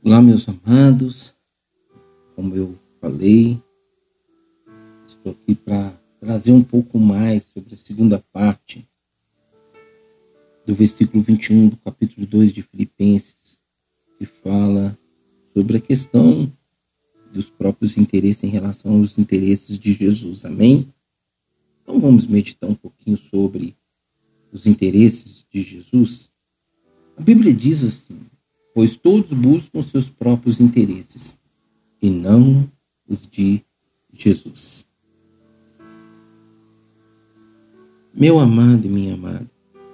Olá, meus amados. Como eu falei, estou aqui para trazer um pouco mais sobre a segunda parte do versículo 21 do capítulo 2 de Filipenses, que fala sobre a questão dos próprios interesses em relação aos interesses de Jesus. Amém? Então vamos meditar um pouquinho sobre os interesses de Jesus. A Bíblia diz assim: pois todos buscam seus próprios interesses e não os de Jesus. Meu amado e minha amada,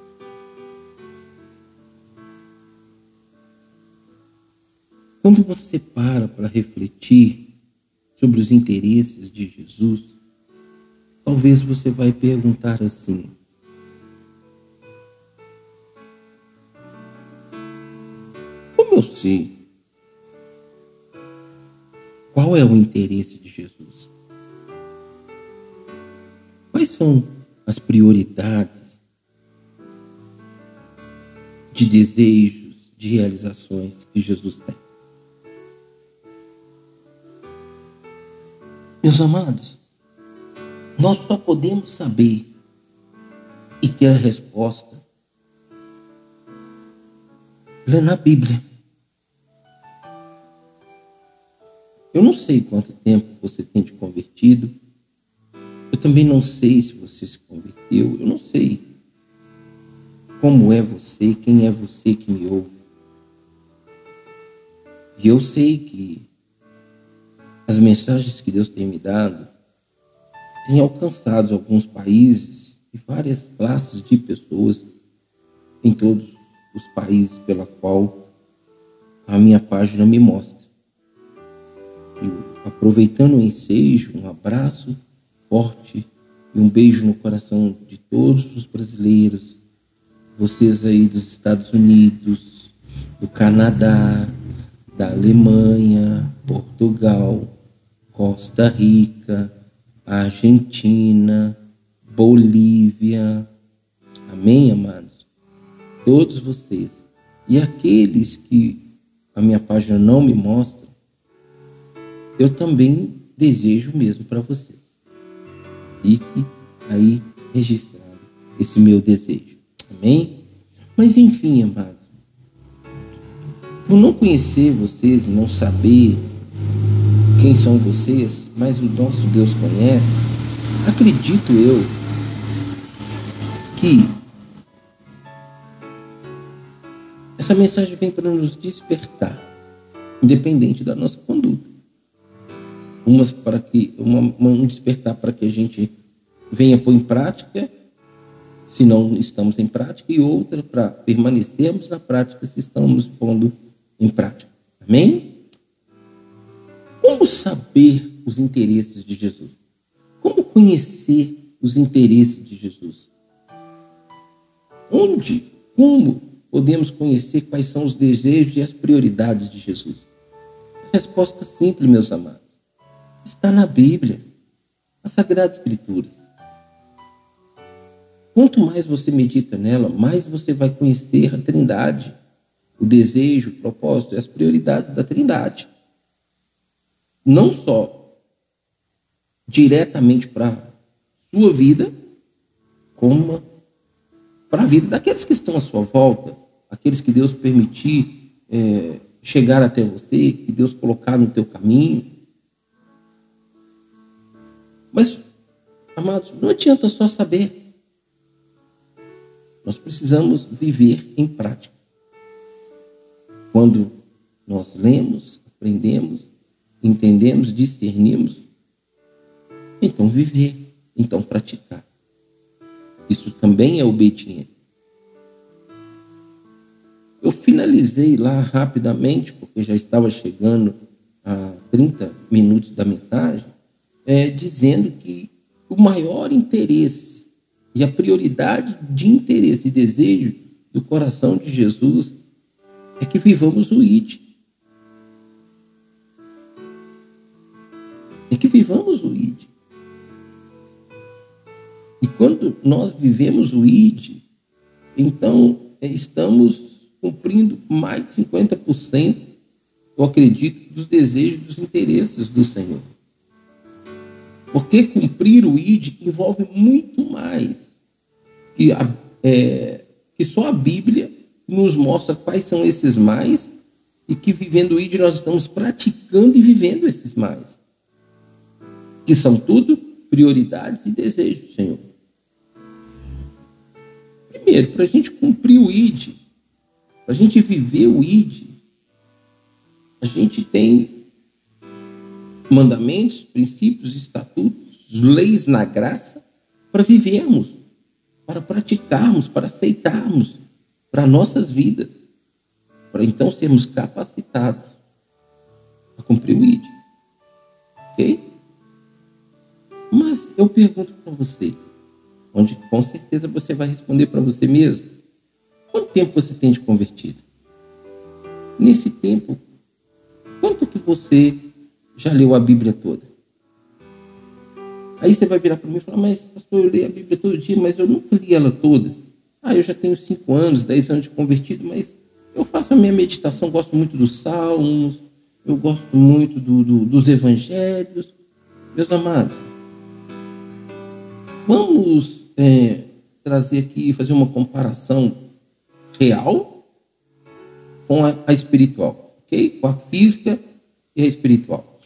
quando você para refletir sobre os interesses de Jesus, talvez você vai perguntar assim: como eu sei qual é o interesse de Jesus? Quais são as prioridades de desejos, de realizações que Jesus tem? Meus amados, nós só podemos saber e ter a resposta lendo a Bíblia. Eu não sei quanto tempo você tem de convertido. Eu também não sei se você se converteu. Eu não sei como é você, quem é você que me ouve. E eu sei que as mensagens que Deus tem me dado têm alcançado alguns países e várias classes de pessoas em todos os países pela qual a minha página me mostra. E, aproveitando o ensejo, um abraço forte e um beijo no coração de todos os brasileiros, vocês aí dos Estados Unidos, do Canadá, da Alemanha, Portugal, Costa Rica, Argentina, Bolívia. Amém, amados? Todos vocês. E aqueles que a minha página não me mostra, eu também desejo o mesmo para vocês. Fique aí registrado esse meu desejo. Amém? Mas enfim, amados, por não conhecer vocês e não saber quem são vocês, mas o nosso Deus conhece, acredito eu que essa mensagem vem para nos despertar, independente da nossa conduta. Um despertar para que a gente venha pôr em prática, se não estamos em prática, e outra para permanecermos na prática, se estamos pondo em prática. Amém? Como saber os interesses de Jesus? Como conhecer os interesses de Jesus? Como podemos conhecer quais são os desejos e as prioridades de Jesus? A resposta simples, meus amados, está na Bíblia, nas Sagradas Escrituras. Quanto mais você medita nela, mais você vai conhecer a Trindade, o desejo, o propósito e as prioridades da Trindade. Não só diretamente para a sua vida, como para a vida daqueles que estão à sua volta, aqueles que Deus permitir chegar até você, que Deus colocar no teu caminho. Mas, amados, não adianta só saber. Nós precisamos viver em prática. Quando nós lemos, aprendemos, entendemos, discernimos, então viver, então praticar. Isso também é obediência. Eu finalizei lá rapidamente, porque já estava chegando a 30 minutos da mensagem, dizendo que o maior interesse e a prioridade de interesse e desejo do coração de Jesus é que vivamos o ID. É que vivamos o ID. E quando nós vivemos o ID, então estamos cumprindo mais de 50% eu acredito, dos desejos, dos interesses do Senhor. Porque cumprir o ID envolve muito mais que só a Bíblia nos mostra quais são esses mais, e que vivendo o ID nós estamos praticando e vivendo esses mais, que são tudo prioridades e desejos do Senhor. Primeiro, para a gente cumprir o ID, para a gente viver o ID, a gente tem mandamentos, princípios, estatutos, leis na graça para vivermos, para praticarmos, para aceitarmos para nossas vidas, para então sermos capacitados a cumprir o ID. Ok? Mas eu pergunto para você, onde com certeza você vai responder para você mesmo: quanto tempo você tem de convertido? Nesse tempo, quanto que você já leu a Bíblia toda? Aí você vai virar para mim e falar: mas pastor, eu leio a Bíblia todo dia, mas eu nunca li ela toda. Eu já tenho 5 anos, 10 anos de convertido, mas eu faço a minha meditação, gosto muito dos salmos, eu gosto muito dos evangelhos. Meus amados, vamos trazer aqui, fazer uma comparação real com a espiritual, ok? Com a física e a espiritual.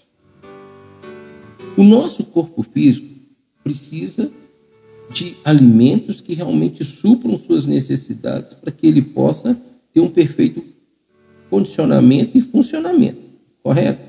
O nosso corpo físico precisa de alimentos que realmente supram suas necessidades para que ele possa ter um perfeito condicionamento e funcionamento, correto?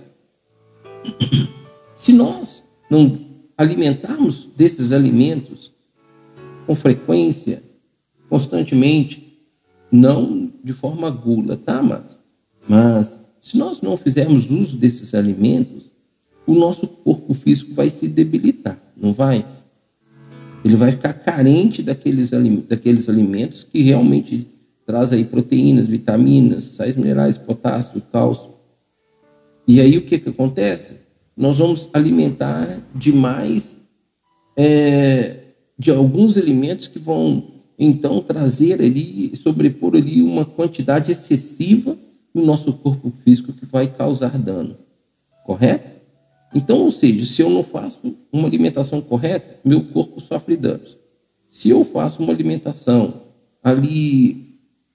Se nós não alimentarmos desses alimentos com frequência, constantemente, não de forma gula, tá, mas se nós não fizermos uso desses alimentos, o nosso corpo físico vai se debilitar, não vai? Ele vai ficar carente daqueles alimentos que realmente trazem aí proteínas, vitaminas, sais minerais, potássio, cálcio. E aí o que acontece? Nós vamos alimentar demais de alguns alimentos que vão então trazer ali, sobrepor ali uma quantidade excessiva no nosso corpo físico que vai causar dano. Correto? Então, ou seja, se eu não faço uma alimentação correta, meu corpo sofre danos. Se eu faço uma alimentação ali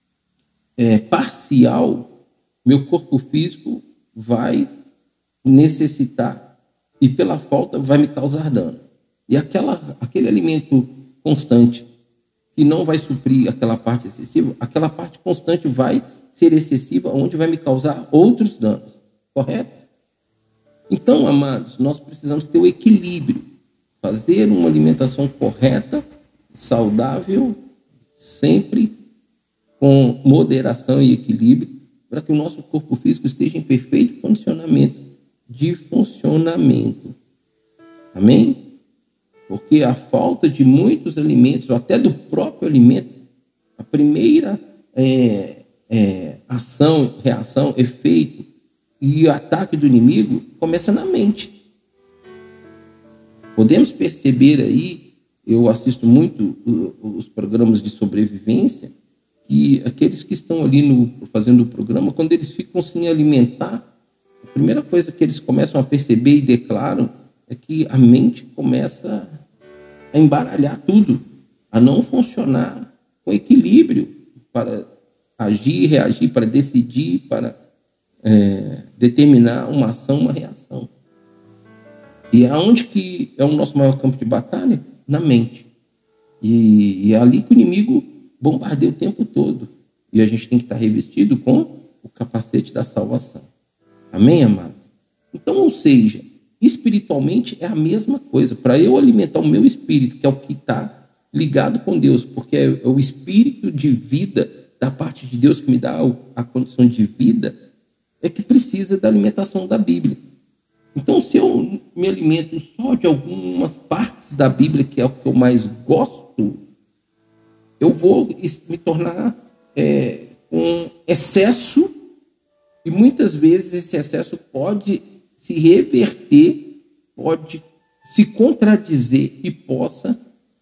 parcial, meu corpo físico vai necessitar e pela falta vai me causar dano. E aquele alimento constante que não vai suprir aquela parte excessiva, aquela parte constante vai ser excessiva, onde vai me causar outros danos. Correto? Então, amados, nós precisamos ter o equilíbrio, fazer uma alimentação correta, saudável, sempre com moderação e equilíbrio, para que o nosso corpo físico esteja em perfeito condicionamento de funcionamento. Amém? Porque a falta de muitos alimentos, ou até do próprio alimento, a primeira ação, reação, efeito e o ataque do inimigo começa na mente. Podemos perceber aí, eu assisto muito os programas de sobrevivência, que aqueles que estão ali fazendo o programa, quando eles ficam sem alimentar, a primeira coisa que eles começam a perceber e declaram é que a mente começa a embaralhar tudo, a não funcionar com equilíbrio para agir, reagir, para decidir, para determinar uma ação, uma reação. E aonde que é o nosso maior campo de batalha? Na mente. E é ali que o inimigo bombardeia o tempo todo. E a gente tem que estar revestido com o capacete da salvação. Amém, amados? Então, ou seja, espiritualmente é a mesma coisa. Para eu alimentar o meu espírito, que é o que está ligado com Deus, porque é o espírito de vida da parte de Deus que me dá a condição de vida, é que precisa da alimentação da Bíblia. Então, se eu me alimento só de algumas partes da Bíblia, que é o que eu mais gosto, eu vou me tornar com excesso, e muitas vezes esse excesso pode se reverter, pode se contradizer e possa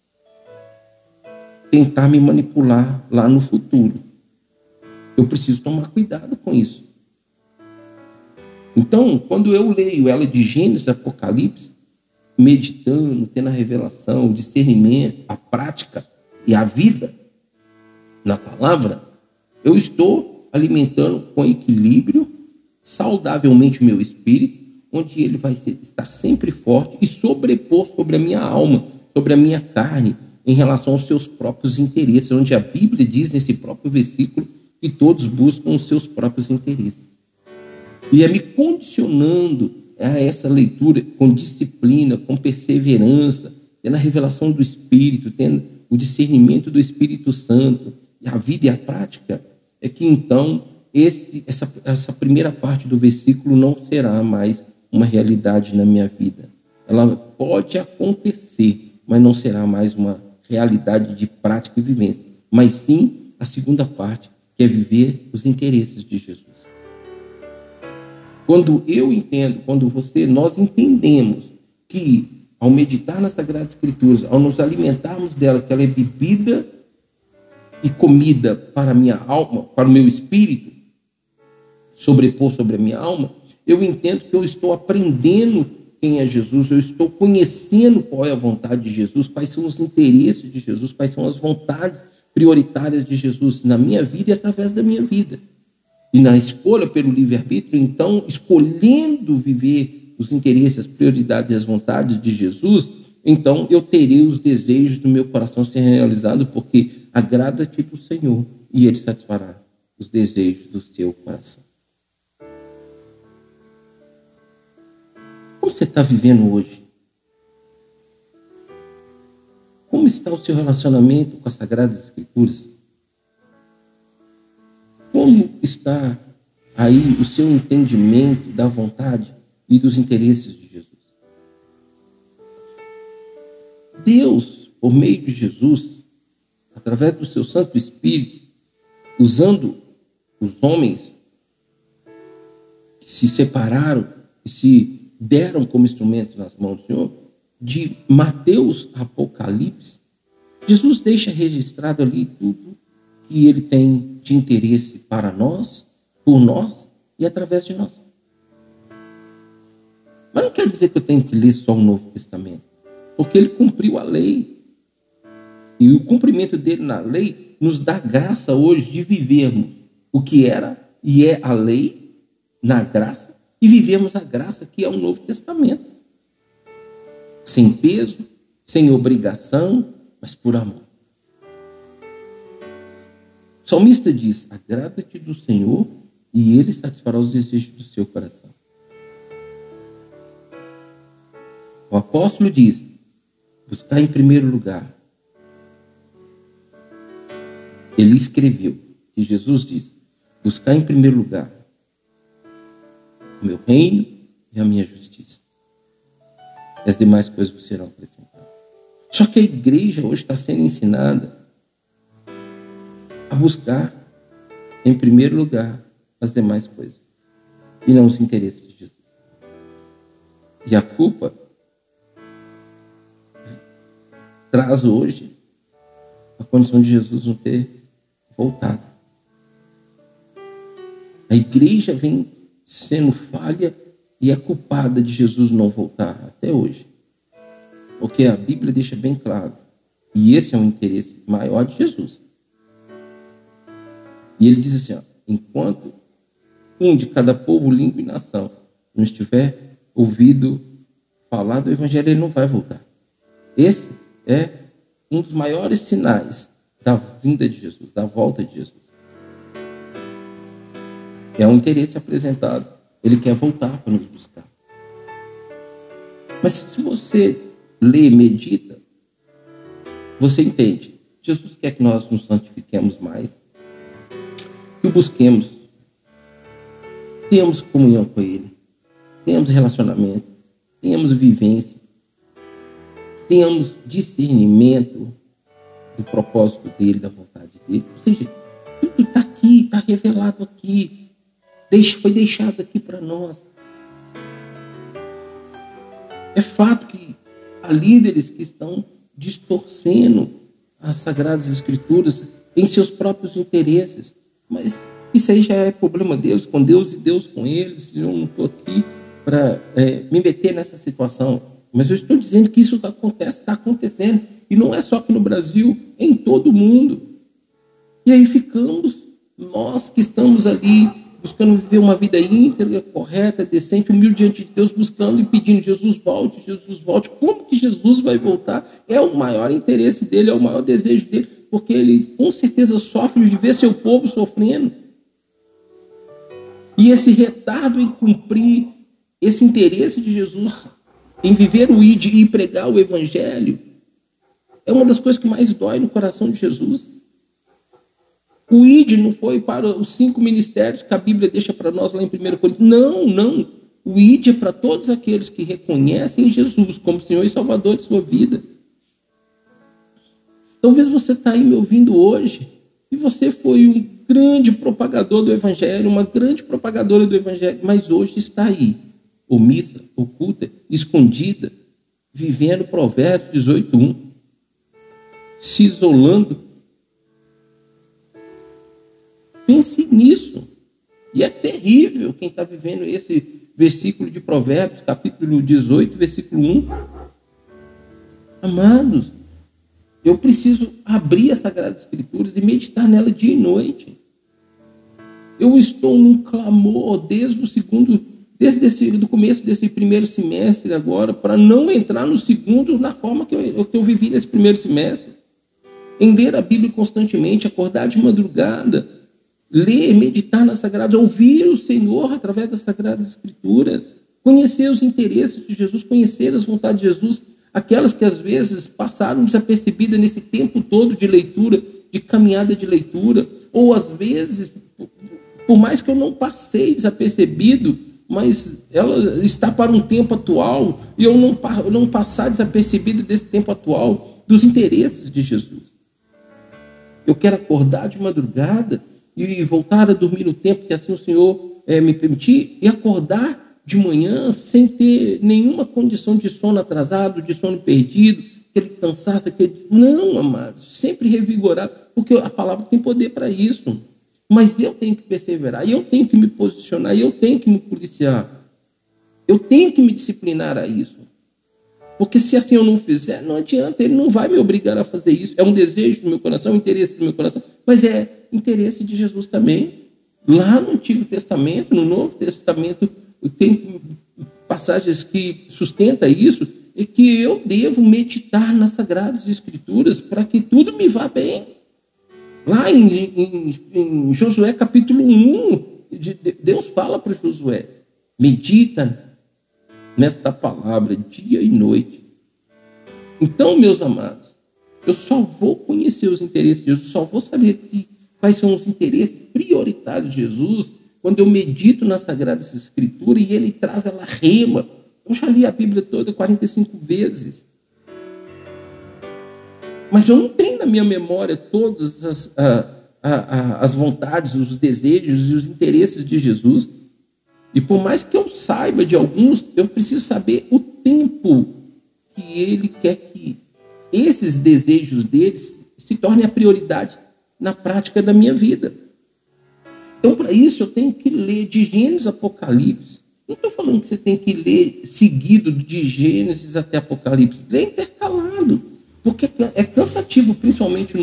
tentar me manipular lá no futuro. Eu preciso tomar cuidado com isso. Então, quando eu leio ela de Gênesis, Apocalipse, meditando, tendo a revelação, o discernimento, a prática e a vida na palavra, eu estou alimentando com equilíbrio, saudavelmente o meu espírito, onde ele vai estar sempre forte e sobrepor sobre a minha alma, sobre a minha carne, em relação aos seus próprios interesses, onde a Bíblia diz nesse próprio versículo que todos buscam os seus próprios interesses. E é me condicionando a essa leitura com disciplina, com perseverança, tendo a revelação do Espírito, tendo o discernimento do Espírito Santo, e a vida e a prática, é que então essa primeira parte do versículo não será mais uma realidade na minha vida. Ela pode acontecer, mas não será mais uma realidade de prática e vivência, mas sim a segunda parte, que é viver os interesses de Jesus. Quando eu entendo, nós entendemos que ao meditar nas Sagradas Escrituras, ao nos alimentarmos dela, que ela é bebida e comida para a minha alma, para o meu espírito, sobrepor sobre a minha alma, eu entendo que eu estou aprendendo quem é Jesus, eu estou conhecendo qual é a vontade de Jesus, quais são os interesses de Jesus, quais são as vontades prioritárias de Jesus na minha vida e através da minha vida. E na escolha pelo livre-arbítrio, então, escolhendo viver os interesses, as prioridades e as vontades de Jesus, então eu terei os desejos do meu coração ser realizados, porque agrada-te do Senhor e Ele satisfará os desejos do seu coração. Como você está vivendo hoje? Como está o seu relacionamento com as Sagradas Escrituras? Como está aí o seu entendimento da vontade e dos interesses de Jesus? Deus, por meio de Jesus, através do seu Santo Espírito, usando os homens que se separaram e se deram como instrumentos nas mãos do Senhor, de Mateus a Apocalipse, Jesus deixa registrado ali tudo que ele tem de interesse para nós, por nós e através de nós. Mas não quer dizer que eu tenho que ler só o Novo Testamento, porque ele cumpriu a lei. E o cumprimento dele na lei nos dá graça hoje de vivermos o que era e é a lei na graça, e vivemos a graça que é o Novo Testamento. Sem peso, sem obrigação, mas por amor. O salmista diz: agrada-te do Senhor e Ele satisfará os desejos do seu coração. O apóstolo diz: buscar em primeiro lugar. Ele escreveu, e Jesus diz: buscar em primeiro lugar o meu reino e a minha justiça. E as demais coisas serão acrescentadas. Só que a igreja hoje está sendo ensinada a buscar em primeiro lugar as demais coisas e não os interesses de Jesus. E a culpa traz hoje a condição de Jesus não ter voltado. A igreja vem sendo falha e é culpada de Jesus não voltar até hoje. Porque a Bíblia deixa bem claro, e esse é um interesse maior de Jesus. E ele diz assim, ó, enquanto um de cada povo, língua e nação não estiver ouvido falar do Evangelho, ele não vai voltar. Esse é um dos maiores sinais da vinda de Jesus, da volta de Jesus. É um interesse apresentado. Ele quer voltar para nos buscar. Mas se você lê, medita, você entende. Jesus quer que nós nos santifiquemos mais, que o busquemos, tenhamos comunhão com Ele, tenhamos relacionamento, tenhamos vivência, tenhamos discernimento do propósito dEle, da vontade dEle. Ou seja, tudo está aqui, está revelado aqui, foi deixado aqui para nós. É fato que há líderes que estão distorcendo as Sagradas Escrituras em seus próprios interesses. Mas Isso aí já é problema deles com Deus e Deus com eles. Eu não estou aqui para me meter nessa situação. Mas eu estou dizendo que isso acontece, está acontecendo. E não é só aqui no Brasil, é em todo o mundo. E aí ficamos, nós que estamos ali, buscando viver uma vida íntegra, correta, decente, humilde diante de Deus, buscando e pedindo, Jesus volte, Jesus volte. Como que Jesus vai voltar? É o maior interesse dele, é o maior desejo dele, porque ele com certeza sofre de ver seu povo sofrendo. E esse retardo em cumprir esse interesse de Jesus, em viver o ID e pregar o evangelho, é uma das coisas que mais dói no coração de Jesus. O ID não foi para os 5 ministérios que a Bíblia deixa para nós lá em 1 Coríntios. Não, não. O ID é para todos aqueles que reconhecem Jesus como Senhor e Salvador de sua vida. Talvez você está aí me ouvindo hoje e você foi um grande propagador do Evangelho, uma grande propagadora do Evangelho, mas hoje está aí, omissa, oculta, escondida, vivendo Provérbios 18:1, se isolando. Pense nisso. E é terrível quem está vivendo esse versículo de Provérbios, capítulo 18, versículo 1. Amados, eu preciso abrir as Sagradas Escrituras e meditar nela dia e noite. Eu estou num clamor desde o começo desse primeiro semestre agora, para não entrar no segundo na forma que eu vivi nesse primeiro semestre. Em ler a Bíblia constantemente, acordar de madrugada, ler, meditar nas Sagradas, ouvir o Senhor através das Sagradas Escrituras, conhecer os interesses de Jesus, conhecer as vontades de Jesus, aquelas que às vezes passaram desapercebidas nesse tempo todo de leitura, de caminhada de leitura, ou às vezes, por mais que eu não passei desapercebido, mas ela está para um tempo atual, e eu não passar desapercebido desse tempo atual, dos interesses de Jesus. Eu quero acordar de madrugada e voltar a dormir no tempo que assim o Senhor me permitir, e acordar de manhã sem ter nenhuma condição de sono atrasado, de sono perdido, aquele cansaço, Não, amados, sempre revigorar, porque a palavra tem poder para isso. Mas eu tenho que perseverar, eu tenho que me posicionar, eu tenho que me policiar. Eu tenho que me disciplinar a isso. Porque se assim eu não fizer, não adianta, ele não vai me obrigar a fazer isso. É um desejo do meu coração, um interesse do meu coração, mas é interesse de Jesus também. Lá no Antigo Testamento, no Novo Testamento, tem passagens que sustentam isso, e que eu devo meditar nas Sagradas Escrituras para que tudo me vá bem. Lá em Josué capítulo 1, Deus fala para Josué, medita nesta palavra dia e noite. Então, meus amados, eu só vou conhecer os interesses de Jesus, só vou saber quais são os interesses prioritários de Jesus quando eu medito nas Sagradas Escrituras e ele traz, ela rema. Eu já li a Bíblia toda 45 vezes. Mas eu não tenho na minha memória todas as vontades, os desejos e os interesses de Jesus. E por mais que eu saiba de alguns, eu preciso saber o tempo que ele quer que esses desejos deles se tornem a prioridade na prática da minha vida. Então, para isso, eu tenho que ler de Gênesis a Apocalipse. Não estou falando que você tem que ler seguido de Gênesis até Apocalipse. Lê intercalado. Porque é cansativo, principalmente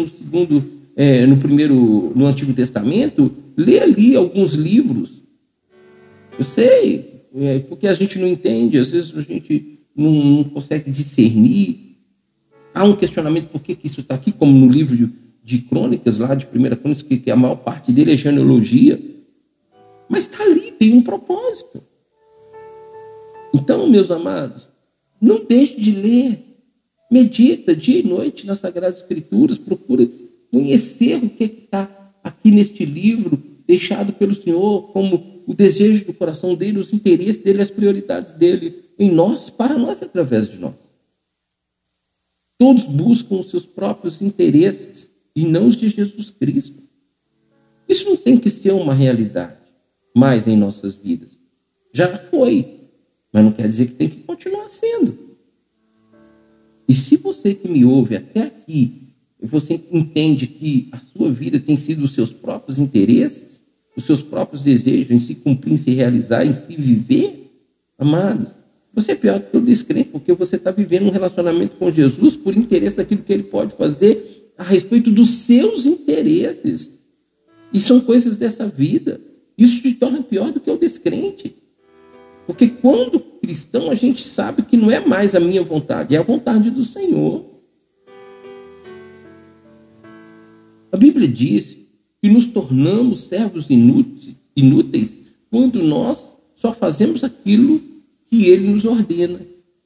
no Antigo Testamento, ler ali alguns livros. Eu sei, porque a gente não entende, às vezes a gente não consegue discernir. Há um questionamento por que isso está aqui, como no livro de Crônicas, lá de 1 Crônicas, que a maior parte dele é genealogia. Mas está ali, tem um propósito. Então, meus amados, não deixe de ler. Medita dia e noite nas Sagradas Escrituras, procura conhecer o que está aqui neste livro, deixado pelo Senhor como o desejo do coração dele, os interesses dele, as prioridades dele em nós, para nós, através de nós. Todos buscam os seus próprios interesses e não os de Jesus Cristo. Isso não tem que ser uma realidade mais em nossas vidas. Já foi, mas não quer dizer que tem que continuar sendo. E se você que me ouve até aqui, você entende que a sua vida tem sido os seus próprios interesses, os seus próprios desejos, em se cumprir, em se realizar, em se viver, amados, você é pior do que o descrente, porque você está vivendo um relacionamento com Jesus por interesse daquilo que ele pode fazer a respeito dos seus interesses. E são coisas dessa vida. Isso te torna pior do que o descrente. Porque quando cristão, a gente sabe que não é mais a minha vontade, é a vontade do Senhor. A Bíblia diz que nos tornamos servos inúteis quando nós só fazemos aquilo que ele nos ordena.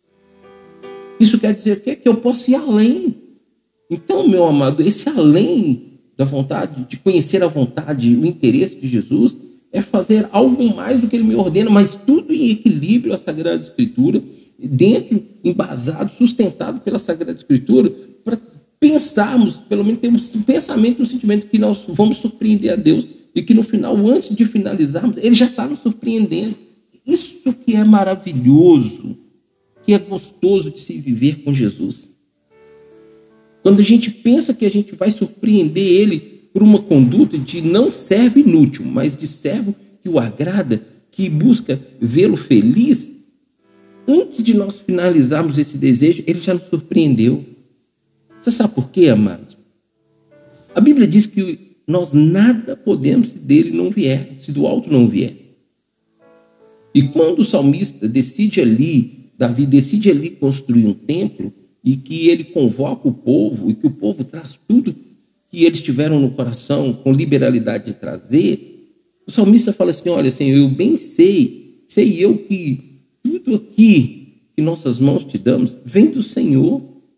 Isso quer dizer que eu posso ir além. Então, meu amado, esse além da vontade, de conhecer a vontade, o interesse de Jesus, é fazer algo mais do que ele me ordena, mas tudo em equilíbrio à Sagrada Escritura, dentro, embasado, sustentado pela Sagrada Escritura, para pensarmos, pelo menos termos um pensamento, um sentimento que nós vamos surpreender a Deus e que no final, antes de finalizarmos, ele já está nos surpreendendo. Isso que é maravilhoso, que é gostoso de se viver com Jesus. Quando a gente pensa que a gente vai surpreender ele por uma conduta de não servo inútil, mas de servo que o agrada, que busca vê-lo feliz, antes de nós finalizarmos esse desejo, ele já nos surpreendeu. Você sabe por quê, amados? A Bíblia diz que nós nada podemos se dele não vier, se do alto não vier. E quando o salmista Davi decide ali construir um templo, e que ele convoca o povo, e que o povo traz tudo que eles tiveram no coração com liberalidade de trazer, o salmista fala assim, olha, Senhor, eu bem sei eu que tudo aqui que nossas mãos te damos vem do Senhor,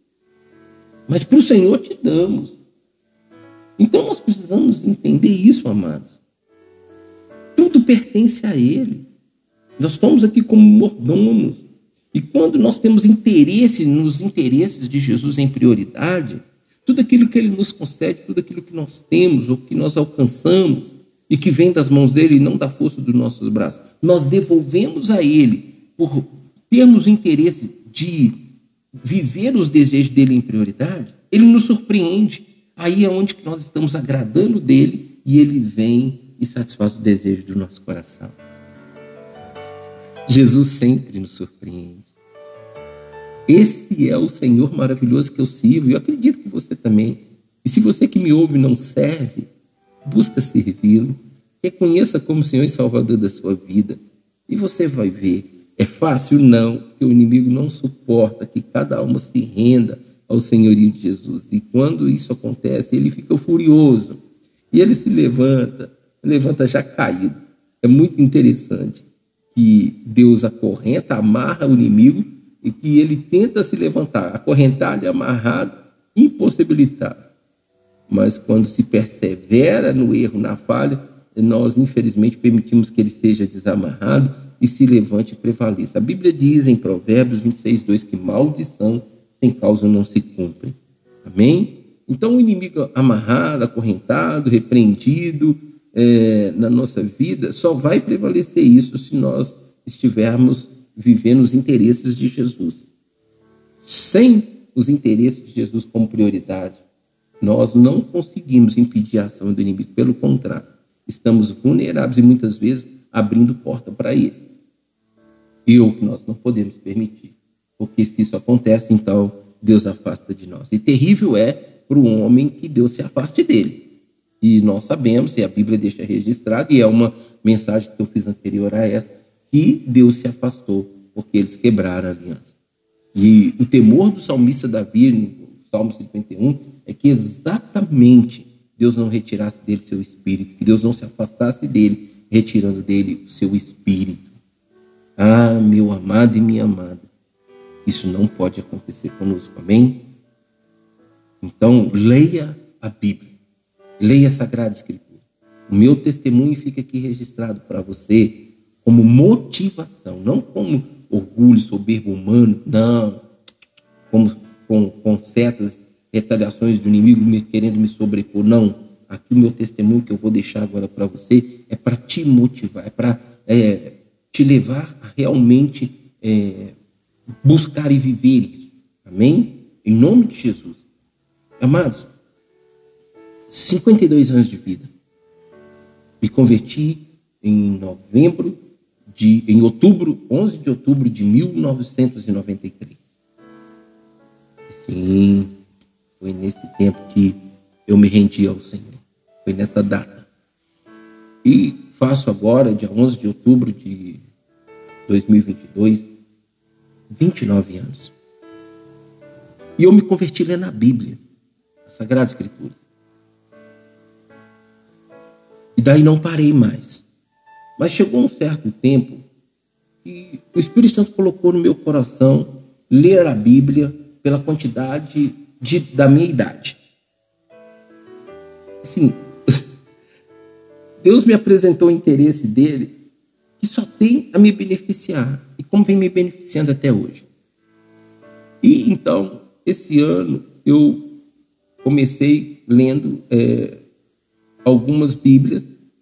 mas para o Senhor te damos. Então nós precisamos entender isso, amados. Tudo pertence a Ele. Nós estamos aqui como mordomos. E quando nós temos interesse nos interesses de Jesus em prioridade, tudo aquilo que Ele nos concede, tudo aquilo que nós temos ou que nós alcançamos e que vem das mãos dEle e não da força dos nossos braços, nós devolvemos a Ele por termos o interesse de viver os desejos dEle em prioridade. Ele nos surpreende. Aí é onde que nós estamos agradando dEle e Ele vem e satisfaz o desejo do nosso coração. Jesus sempre nos surpreende. Esse é o Senhor maravilhoso que eu sirvo. E eu acredito que você também. E se você que me ouve não serve, busca servi-lo. Reconheça como Senhor e Salvador da sua vida. E você vai ver. É fácil? Não. Porque o inimigo não suporta que cada alma se renda ao senhorio de Jesus. E quando isso acontece, ele fica furioso. E ele se levanta já caído. É muito interessante que Deus acorrenta, amarra o inimigo e que ele tenta se levantar, acorrentado, amarrado, impossibilitado. Mas quando se persevera no erro, na falha, nós infelizmente permitimos que ele seja desamarrado e se levante e prevaleça. A Bíblia diz em Provérbios 26:2 que maldição sem causa não se cumpre. Amém? Então o inimigo amarrado, acorrentado, repreendido, na nossa vida, só vai prevalecer isso se nós estivermos vivendo os interesses de Jesus. Sem os interesses de Jesus como prioridade, nós não conseguimos impedir a ação do inimigo. Pelo contrário, estamos vulneráveis e muitas vezes abrindo porta para ele. E o que nós não podemos permitir. Porque se isso acontece, então Deus afasta de nós. E terrível é para o homem que Deus se afaste dele. E nós sabemos, e a Bíblia deixa registrado, e é uma mensagem que eu fiz anterior a essa, que Deus se afastou, porque eles quebraram a aliança. E o temor do salmista Davi, no Salmo 51, é que exatamente Deus não retirasse dele seu espírito, que Deus não se afastasse dele, retirando dele o seu espírito. Ah, meu amado e minha amada, isso não pode acontecer conosco, amém? Então, leia a Bíblia. Leia a Sagrada Escritura. O meu testemunho fica aqui registrado para você como motivação, não como orgulho, soberbo humano, não, como com certas retaliações do inimigo querendo me sobrepor, não. Aqui o meu testemunho que eu vou deixar agora para você é para te motivar, é para te levar a realmente buscar e viver isso. Amém? Em nome de Jesus. Amados, 52 anos de vida. Me converti em outubro, 11 de outubro de 1993. Sim, foi nesse tempo que eu me rendi ao Senhor. Foi nessa data. E faço agora, dia 11 de outubro de 2022, 29 anos. E eu me converti lendo a Bíblia, a Sagrada Escritura. E daí não parei mais. Mas chegou um certo tempo que o Espírito Santo colocou no meu coração ler a Bíblia pela quantidade da minha idade. Assim, Deus me apresentou o interesse dele que só tem a me beneficiar. E como vem me beneficiando até hoje. E então, esse ano, eu comecei lendo algumas Bíblias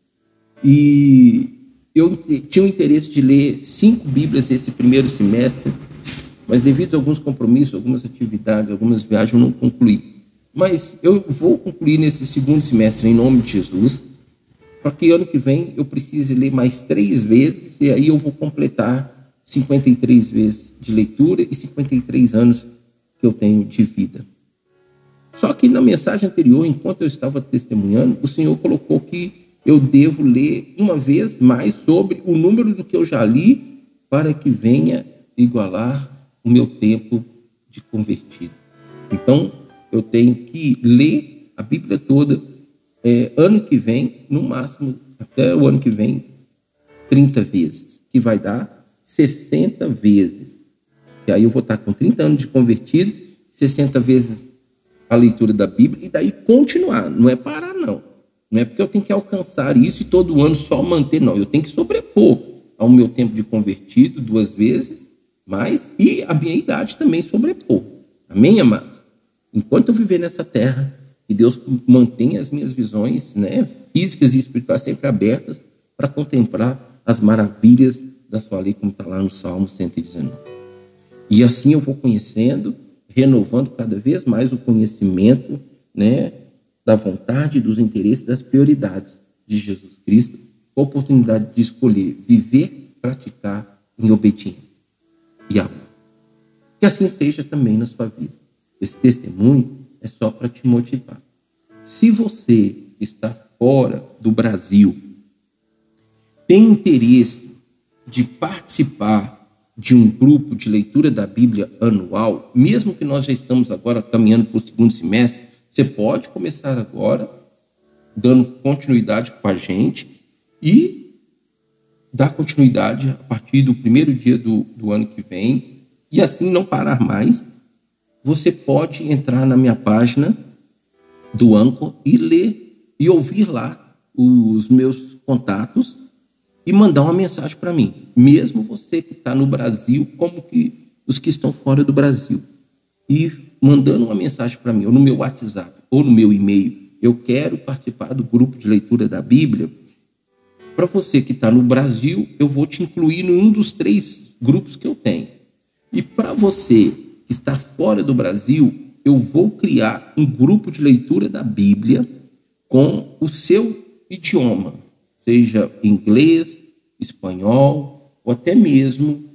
e eu tinha o interesse de ler 5 Bíblias esse primeiro semestre, mas devido a alguns compromissos, algumas atividades, algumas viagens, eu não concluí. Mas eu vou concluir nesse segundo semestre, em nome de Jesus, para que ano que vem eu precise ler mais 3 vezes, e aí eu vou completar 53 vezes de leitura e 53 anos que eu tenho de vida. Só que na mensagem anterior, enquanto eu estava testemunhando, o Senhor colocou que eu devo ler uma vez mais sobre o número do que eu já li, para que venha igualar o meu tempo de convertido. Então, eu tenho que ler a Bíblia toda, ano que vem, no máximo, até o ano que vem, 30 vezes, que vai dar 60 vezes. Que aí eu vou estar com 30 anos de convertido, 60 vezes a leitura da Bíblia, e daí continuar, não é parar não. Não é porque eu tenho que alcançar isso e todo ano só manter, não. Eu tenho que sobrepor ao meu tempo de convertido 2 vezes, mais, e a minha idade também sobrepor. Amém, amados? Enquanto eu viver nessa terra, que Deus mantenha as minhas visões, né, físicas e espirituais sempre abertas para contemplar as maravilhas da sua lei, como está lá no Salmo 119. E assim eu vou conhecendo, renovando cada vez mais o conhecimento, né, da vontade, dos interesses, das prioridades de Jesus Cristo, com a oportunidade de escolher viver, praticar em obediência e amor. Que assim seja também na sua vida. Esse testemunho é só para te motivar. Se você está fora do Brasil, tem interesse de participar de um grupo de leitura da Bíblia anual, mesmo que nós já estamos agora caminhando para o segundo semestre, você pode começar agora, dando continuidade com a gente e dar continuidade a partir do primeiro dia do ano que vem, e assim não parar mais. Você pode entrar na minha página do Anchor e ler e ouvir lá os meus contatos e mandar uma mensagem para mim. Mesmo você que está no Brasil, como que os que estão fora do Brasil. E mandando uma mensagem para mim, ou no meu WhatsApp, ou no meu e-mail, eu quero participar do grupo de leitura da Bíblia. Para você que está no Brasil, eu vou te incluir em um dos 3 grupos que eu tenho. E para você que está fora do Brasil, eu vou criar um grupo de leitura da Bíblia com o seu idioma, seja inglês, espanhol, ou até mesmo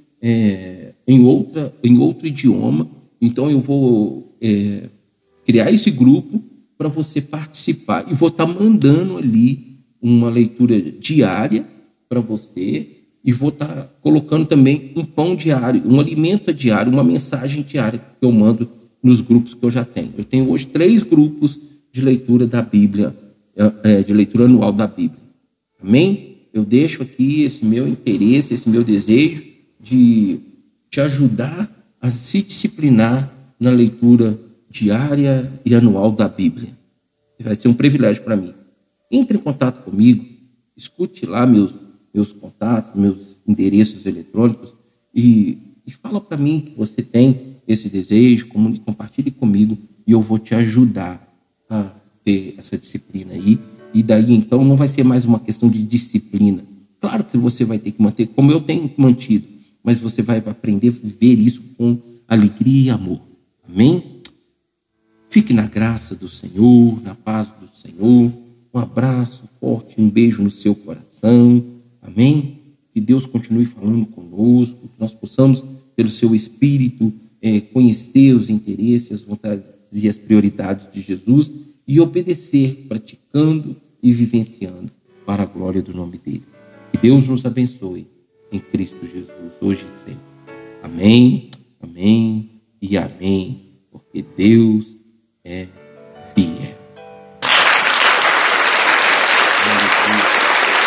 em outro idioma. Então eu vou criar esse grupo para você participar e vou estar mandando ali uma leitura diária para você e vou estar colocando também um pão diário, um alimento diário, uma mensagem diária que eu mando nos grupos que eu já tenho. Eu tenho hoje 3 grupos de leitura da Bíblia, de leitura anual da Bíblia. Amém? Eu deixo aqui esse meu interesse, esse meu desejo de te ajudar a se disciplinar na leitura diária e anual da Bíblia. Vai ser um privilégio para mim. Entre em contato comigo, escute lá meus contatos, meus endereços eletrônicos e fala para mim que você tem esse desejo, compartilhe comigo e eu vou te ajudar a ter essa disciplina aí. E daí, então, não vai ser mais uma questão de disciplina. Claro que você vai ter que manter, como eu tenho mantido, mas você vai aprender a viver isso com alegria e amor. Amém? Fique na graça do Senhor, na paz do Senhor. um abraço forte, um beijo no seu coração. Amém? Que Deus continue falando conosco, que nós possamos, pelo seu Espírito, conhecer os interesses, as vontades e as prioridades de Jesus e obedecer, praticando e vivenciando para a glória do nome dele. Que Deus nos abençoe em Cristo Jesus, hoje e sempre. Amém, amém e amém, porque Deus